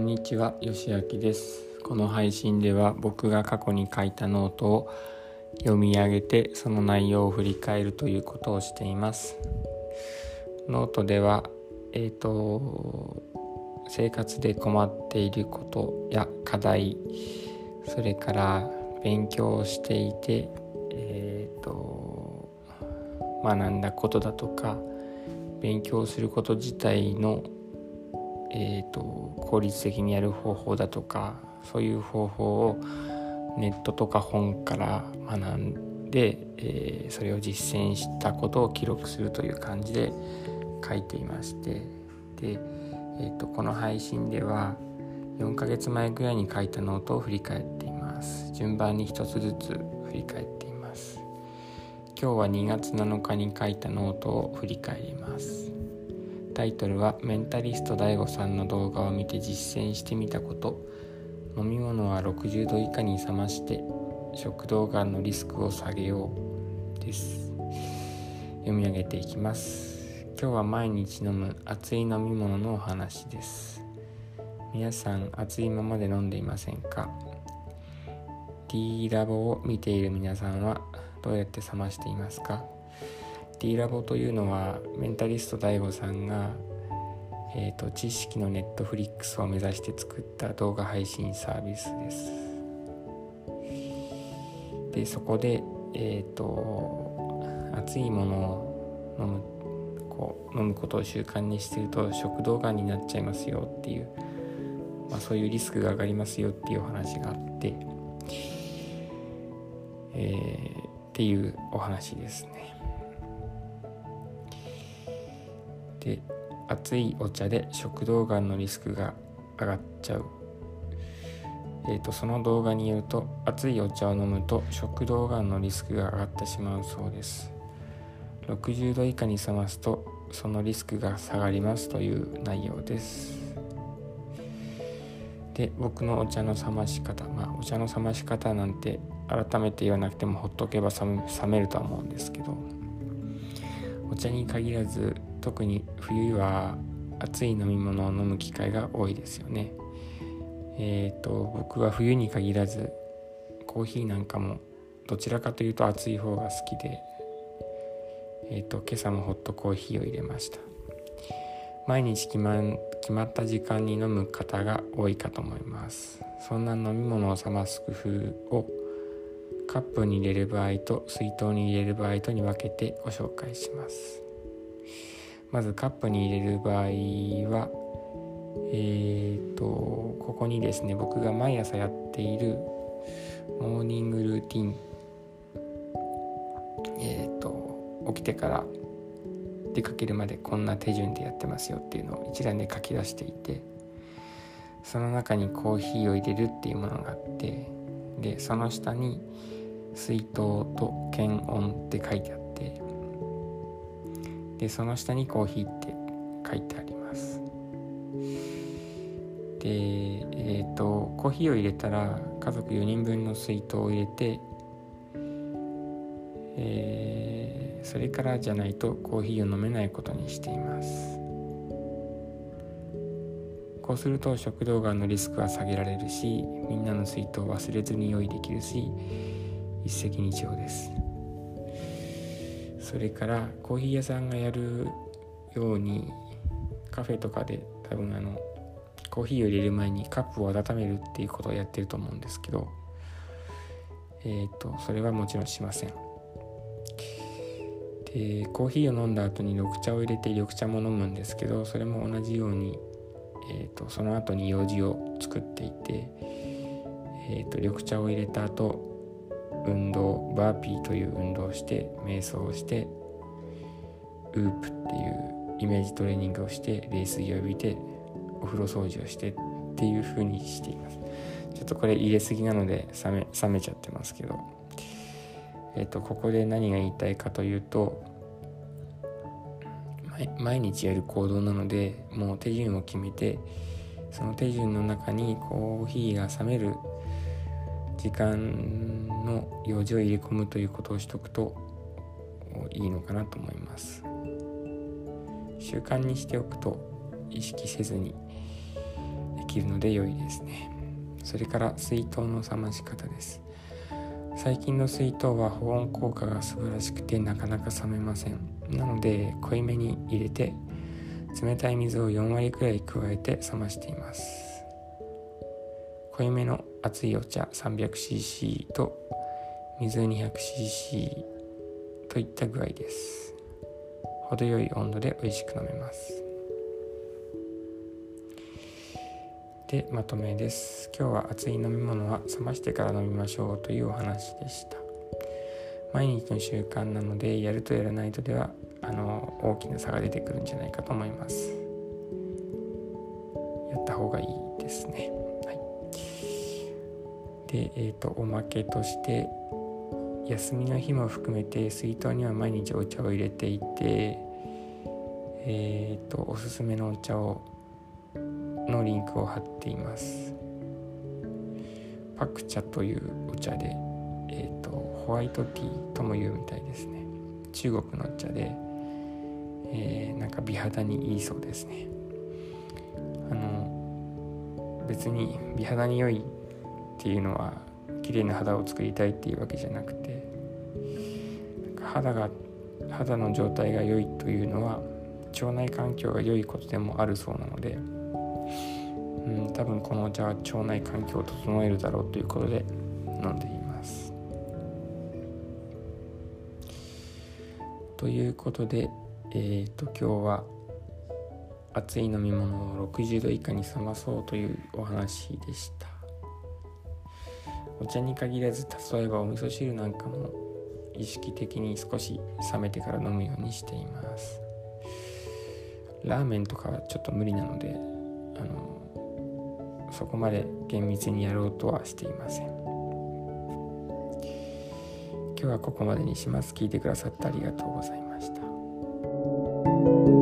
にちは、よしあきです。この配信では僕が過去に書いたノートを読み上げてその内容を振り返るということをしています。ノートでは、生活で困っていることや課題、それから勉強をしていて、学んだことだとか、勉強すること自体の効率的にやる方法だとか、そういう方法をネットとか本から学んで、それを実践したことを記録するという感じで書いていまして、で、この配信では4ヶ月前ぐらいに書いたノートを振り返っています。順番に一つずつ振り返っています。今日は2月7日に書いたノートを振り返ります。タイトルはメンタリスト DAIGO さんの動画を見て実践してみたこと、飲み物は60度以下に冷まして食道がんのリスクを下げようです。読み上げていきます。今日は毎日飲む熱い飲み物のお話です。皆さん熱いままで飲んでいませんか？ D ラボを見ている皆さんはどうやって冷ましていますか？ D ラボというのはメンタリスト DAIGO さんが、知識のネットフリックスを目指して作った動画配信サービスです。で、そこで、熱いものを飲むことを習慣にしていると食道がんになっちゃいますよっていう、そういうリスクが上がりますよっていうお話があって、っていうお話ですね。で、熱いお茶で食道がんのリスクが上がっちゃう。その動画によると、熱いお茶を飲むと食道がんのリスクが上がってしまうそうです。60度以下に冷ますとそのリスクが下がりますという内容です。で、僕のお茶の冷まし方、お茶の冷まし方なんて改めて言わなくてもほっとけば冷めるとは思うんですけど、お茶に限らず特に冬は熱い飲み物を飲む機会が多いですよね。僕は冬に限らずコーヒーなんかもどちらかというと熱い方が好きで、今朝もホットコーヒーを入れました。毎日決まった時間に飲む方が多いかと思います。そんな飲み物を冷ます工夫をカップに入れる場合と水筒に入れる場合とに分けてご紹介します。まずカップに入れる場合は、ここにですね、僕が毎朝やっているモーニングルーティン、起きてから出かけるまでこんな手順でやってますよっていうのを一覧で書き出していて、その中にコーヒーを入れるっていうものがあって、でその下に水筒と検温って書いてあって、でその下にコーヒーって書いてあります。で、コーヒーを入れたら家族4人分の水筒を入れて、それからじゃないとコーヒーを飲めないことにしています。こうすると食道がんのリスクは下げられるし、みんなの水筒を忘れずに用意できるし、一石二鳥です。それからコーヒー屋さんがやるようにカフェとかで多分コーヒーを入れる前にカップを温めるっていうことをやってると思うんですけど、それはもちろんしません。で、コーヒーを飲んだ後に緑茶を入れて緑茶も飲むんですけど、それも同じように、その後に用事を作っていて、緑茶を入れた後運動、バーピーという運動をして瞑想をしてウープっていうイメージトレーニングをして冷水を浴びてお風呂掃除をしてっていう風にしています。ちょっとこれ入れすぎなので冷めちゃってますけど、ここで何が言いたいかというと、毎日やる行動なのでもう手順を決めて、その手順の中にコーヒーが冷める時間の用事を入れ込むということをしておくといいのかなと思います。習慣にしておくと意識せずにきるので良いですね。それから水筒の冷まし方です。最近の水筒は保温効果が素晴らしくてなかなか冷めません。なので濃いめに入れて冷たい水を4割くらい加えて冷ましています。濃いめの熱いお茶 300cc と水 200cc といった具合です。程よい温度で美味しく飲めます。で、まとめです。今日は熱い飲み物は冷ましてから飲みましょうというお話でした。毎日の習慣なのでやるとやらないとでは大きな差が出てくるんじゃないかと思います。やった方がいいですね。はい。で、おまけとして休みの日も含めて水筒には毎日お茶を入れていて、おすすめのお茶のリンクを貼っています。パク茶というお茶で、ホワイトティーとも言うみたいですね。中国のお茶で、なんか美肌にいいそうですね。別に美肌に良いっていうのは綺麗な肌を作りたいっていうわけじゃなくて、肌の状態が良いというのは腸内環境が良いことでもあるそうなので、多分このお茶は腸内環境を整えるだろうということで飲んでいます。ということで、今日は熱い飲み物を60度以下に冷まそうというお話でした。お茶に限らず、例えばお味噌汁なんかも意識的に少し冷めてから飲むようにしています。ラーメンとかはちょっと無理なのでそこまで厳密にやろうとはしていません。今日はここまでにします。聞いてくださってありがとうございました。